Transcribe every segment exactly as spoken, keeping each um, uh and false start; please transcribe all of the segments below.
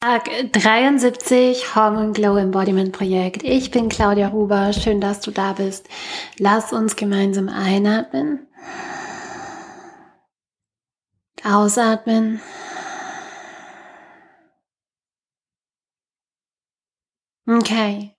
Tag dreiundsiebzig, Hormone Glow Embodiment Projekt. Ich bin Claudia Huber. Schön, dass du da bist. Lass uns gemeinsam einatmen. Ausatmen. Okay.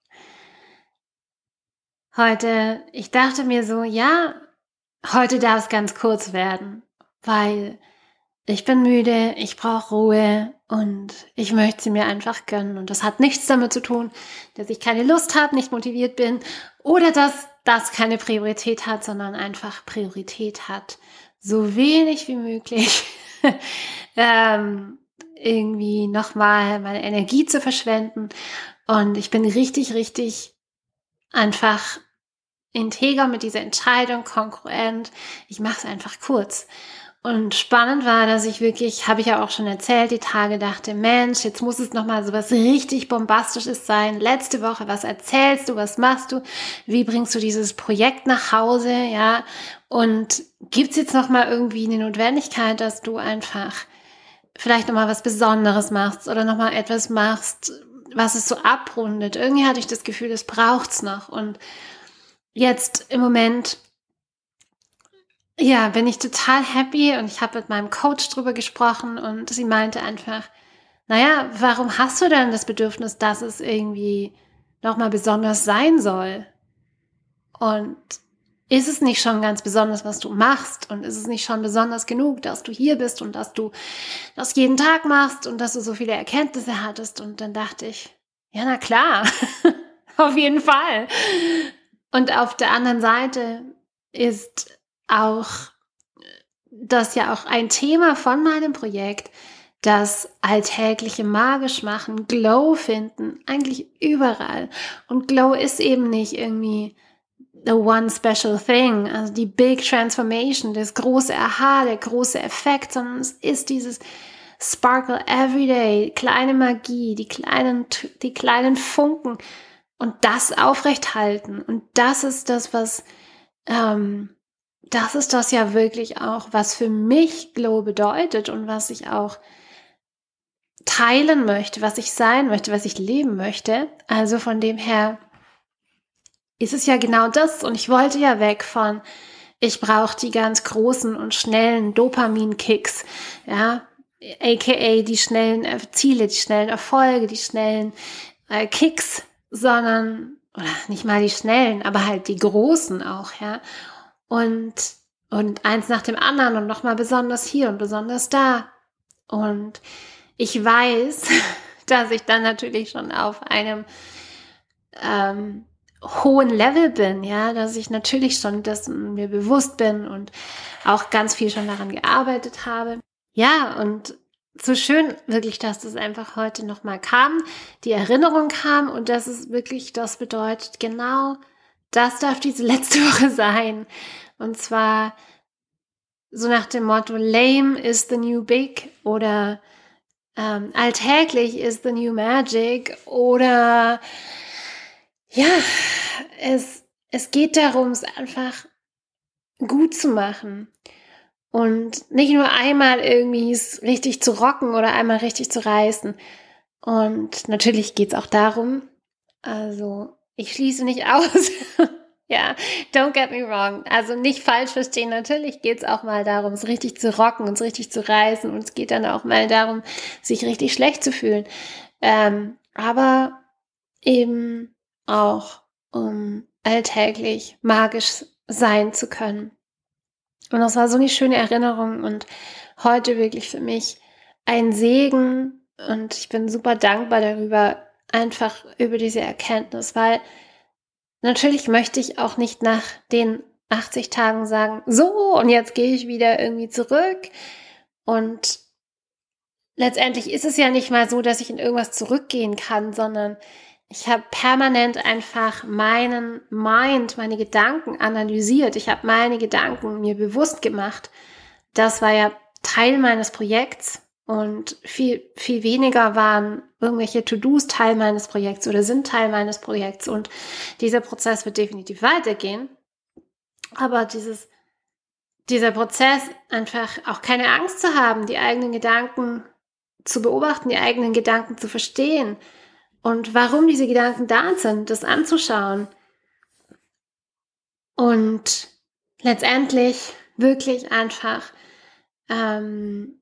Heute, ich dachte mir so, ja, heute darf es ganz kurz werden, weil ich bin müde, ich brauche Ruhe und ich möchte sie mir einfach gönnen. Und das hat nichts damit zu tun, dass ich keine Lust habe, nicht motiviert bin oder dass das keine Priorität hat, sondern einfach Priorität hat. So wenig wie möglich ähm, irgendwie nochmal meine Energie zu verschwenden. Und ich bin richtig, richtig einfach integer mit dieser Entscheidung, kongruent. Ich mache es einfach kurz. Und spannend war, dass ich wirklich, habe ich ja auch schon erzählt, die Tage dachte, Mensch, jetzt muss es nochmal so was richtig Bombastisches sein. Letzte Woche, was erzählst du, was machst du, wie bringst du dieses Projekt nach Hause, ja? Und gibt's jetzt nochmal irgendwie eine Notwendigkeit, dass du einfach vielleicht nochmal was Besonderes machst oder nochmal etwas machst, was es so abrundet? Irgendwie hatte ich das Gefühl, das braucht's noch. Und jetzt im Moment Ja, bin ich total happy und ich habe mit meinem Coach drüber gesprochen und sie meinte einfach, naja, warum hast du denn das Bedürfnis, dass es irgendwie nochmal besonders sein soll? Und ist es nicht schon ganz besonders, was du machst? Und ist es nicht schon besonders genug, dass du hier bist und dass du das jeden Tag machst und dass du so viele Erkenntnisse hattest? Und dann dachte ich, ja, na klar, auf jeden Fall. Und auf der anderen Seite ist auch das ja auch ein Thema von meinem Projekt, das Alltägliche magisch machen, Glow finden, eigentlich überall. Und Glow ist eben nicht irgendwie the one special thing, also die big transformation, das große Aha, der große Effekt, sondern es ist dieses Sparkle everyday, kleine Magie, die kleinen, die kleinen Funken und das aufrechthalten. Und das ist das, was ähm, das ist das ja wirklich auch, was für mich Glow bedeutet und was ich auch teilen möchte, was ich sein möchte, was ich leben möchte. Also von dem her ist es ja genau das. Und ich wollte ja weg von, ich brauche die ganz großen und schnellen Dopamin-Kicks, ja, aka die schnellen Ziele, die schnellen Erfolge, die schnellen äh, Kicks, sondern, oder nicht mal die schnellen, aber halt die großen auch, ja. Und, und eins nach dem anderen und nochmal besonders hier und besonders da. Und ich weiß, dass ich dann natürlich schon auf einem ähm, hohen Level bin, ja, dass ich natürlich schon dessen mir bewusst bin und auch ganz viel schon daran gearbeitet habe. Ja, und so schön wirklich, dass das einfach heute nochmal kam, die Erinnerung kam und dass es wirklich das bedeutet, genau das darf diese letzte Woche sein. Und zwar so nach dem Motto, lame is the new big oder ähm, alltäglich is the new magic oder ja, es, es geht darum, es einfach gut zu machen und nicht nur einmal irgendwie es richtig zu rocken oder einmal richtig zu reißen. Und natürlich geht es auch darum, also ich schließe nicht aus, ja, don't get me wrong, also nicht falsch verstehen, natürlich geht es auch mal darum, es richtig zu rocken und es richtig zu reißen und es geht dann auch mal darum, sich richtig schlecht zu fühlen, ähm, aber eben auch um alltäglich magisch sein zu können. Und das war so eine schöne Erinnerung und heute wirklich für mich ein Segen und ich bin super dankbar darüber, einfach über diese Erkenntnis, weil natürlich möchte ich auch nicht nach den achtzig Tagen sagen, so und jetzt gehe ich wieder irgendwie zurück und letztendlich ist es ja nicht mal so, dass ich in irgendwas zurückgehen kann, sondern ich habe permanent einfach meinen Mind, meine Gedanken analysiert. Ich habe meine Gedanken mir bewusst gemacht. Das war ja Teil meines Projekts und viel, viel weniger waren irgendwelche To-Dos Teil meines Projekts oder sind Teil meines Projekts. Und dieser Prozess wird definitiv weitergehen. Aber dieses, dieser Prozess, einfach auch keine Angst zu haben, die eigenen Gedanken zu beobachten, die eigenen Gedanken zu verstehen und warum diese Gedanken da sind, das anzuschauen und letztendlich wirklich einfach ähm,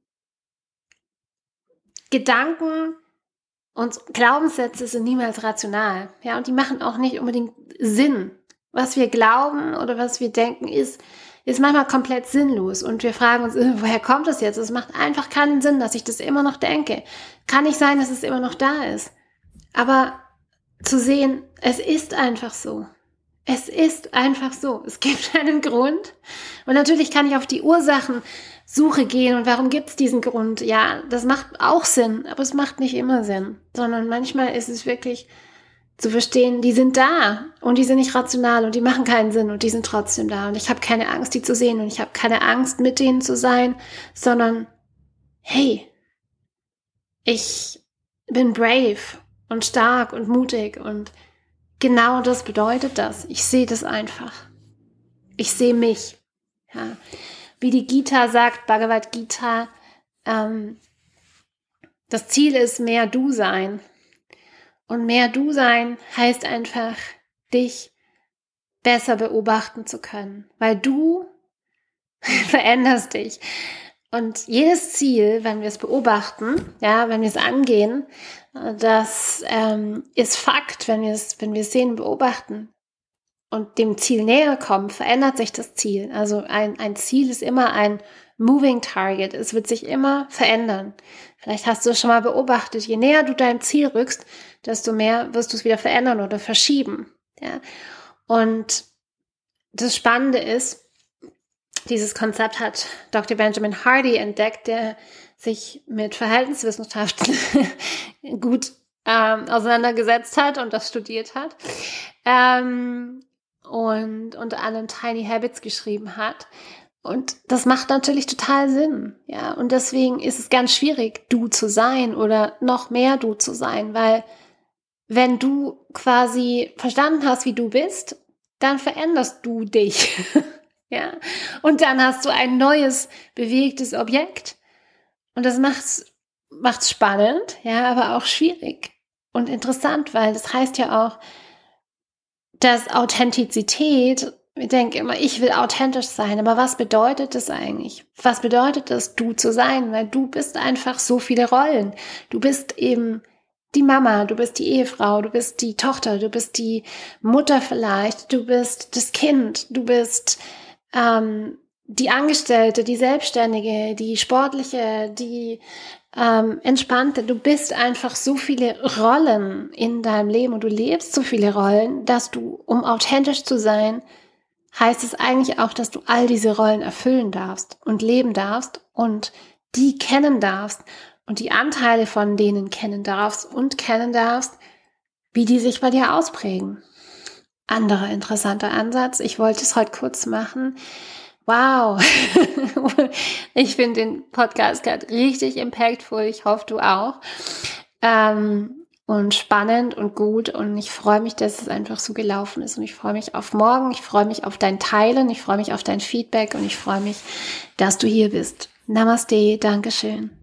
Gedanken und Glaubenssätze sind niemals rational, ja, und die machen auch nicht unbedingt Sinn. Was wir glauben oder was wir denken, ist, ist manchmal komplett sinnlos und wir fragen uns, woher kommt das jetzt? Es macht einfach keinen Sinn, dass ich das immer noch denke. Kann nicht sein, dass es immer noch da ist. Aber zu sehen, es ist einfach so. Es ist einfach so. Es gibt einen Grund. Und natürlich kann ich auf die Ursachensuche gehen. Und warum gibt es diesen Grund? Ja, das macht auch Sinn, aber es macht nicht immer Sinn. Sondern manchmal ist es wirklich zu verstehen, die sind da und die sind nicht rational und die machen keinen Sinn und die sind trotzdem da. Und ich habe keine Angst, die zu sehen und ich habe keine Angst, mit denen zu sein, sondern hey, ich bin brave und stark und mutig und genau das bedeutet das. Ich sehe das einfach. Ich sehe mich. Ja. Wie die Gita sagt, Bhagavad Gita, ähm, das Ziel ist mehr Du sein. Und mehr Du sein heißt einfach, dich besser beobachten zu können. Weil du veränderst dich. Und jedes Ziel, wenn wir es beobachten, ja, wenn wir es angehen, das ähm, ist Fakt, wenn wir es, wenn wir es sehen, beobachten und dem Ziel näher kommen, verändert sich das Ziel. Also ein, ein Ziel ist immer ein moving target. Es wird sich immer verändern. Vielleicht hast du es schon mal beobachtet, je näher du deinem Ziel rückst, desto mehr wirst du es wieder verändern oder verschieben. Ja? Und das Spannende ist, dieses Konzept hat Doktor Benjamin Hardy entdeckt, der sich mit Verhaltenswissenschaften gut ähm, auseinandergesetzt hat und das studiert hat ähm, und unter anderem Tiny Habits geschrieben hat. Und das macht natürlich total Sinn. Ja? Und deswegen ist es ganz schwierig, du zu sein oder noch mehr du zu sein, weil wenn du quasi verstanden hast, wie du bist, dann veränderst du dich. Ja, und dann hast du ein neues, bewegtes Objekt. Und das macht's, macht's spannend, ja, aber auch schwierig und interessant, weil das heißt ja auch, dass Authentizität, ich denke immer, ich will authentisch sein, aber was bedeutet das eigentlich? Was bedeutet das, du zu sein? Weil du bist einfach so viele Rollen. Du bist eben die Mama, du bist die Ehefrau, du bist die Tochter, du bist die Mutter vielleicht, du bist das Kind, du bist Ähm, die Angestellte, die Selbstständige, die Sportliche, die ähm, Entspannte. Du bist einfach so viele Rollen in deinem Leben und du lebst so viele Rollen, dass du, um authentisch zu sein, heißt es eigentlich auch, dass du all diese Rollen erfüllen darfst und leben darfst und die kennen darfst und die Anteile von denen kennen darfst und kennen darfst, wie die sich bei dir ausprägen. Anderer interessanter Ansatz. Ich wollte es heute kurz machen. Wow. Ich finde den Podcast gerade richtig impactful. Ich hoffe, du auch. Ähm, und spannend und gut. Und ich freue mich, dass es einfach so gelaufen ist. Und ich freue mich auf morgen. Ich freue mich auf dein Teilen. Ich freue mich auf dein Feedback. Und ich freue mich, dass du hier bist. Namaste. Dankeschön.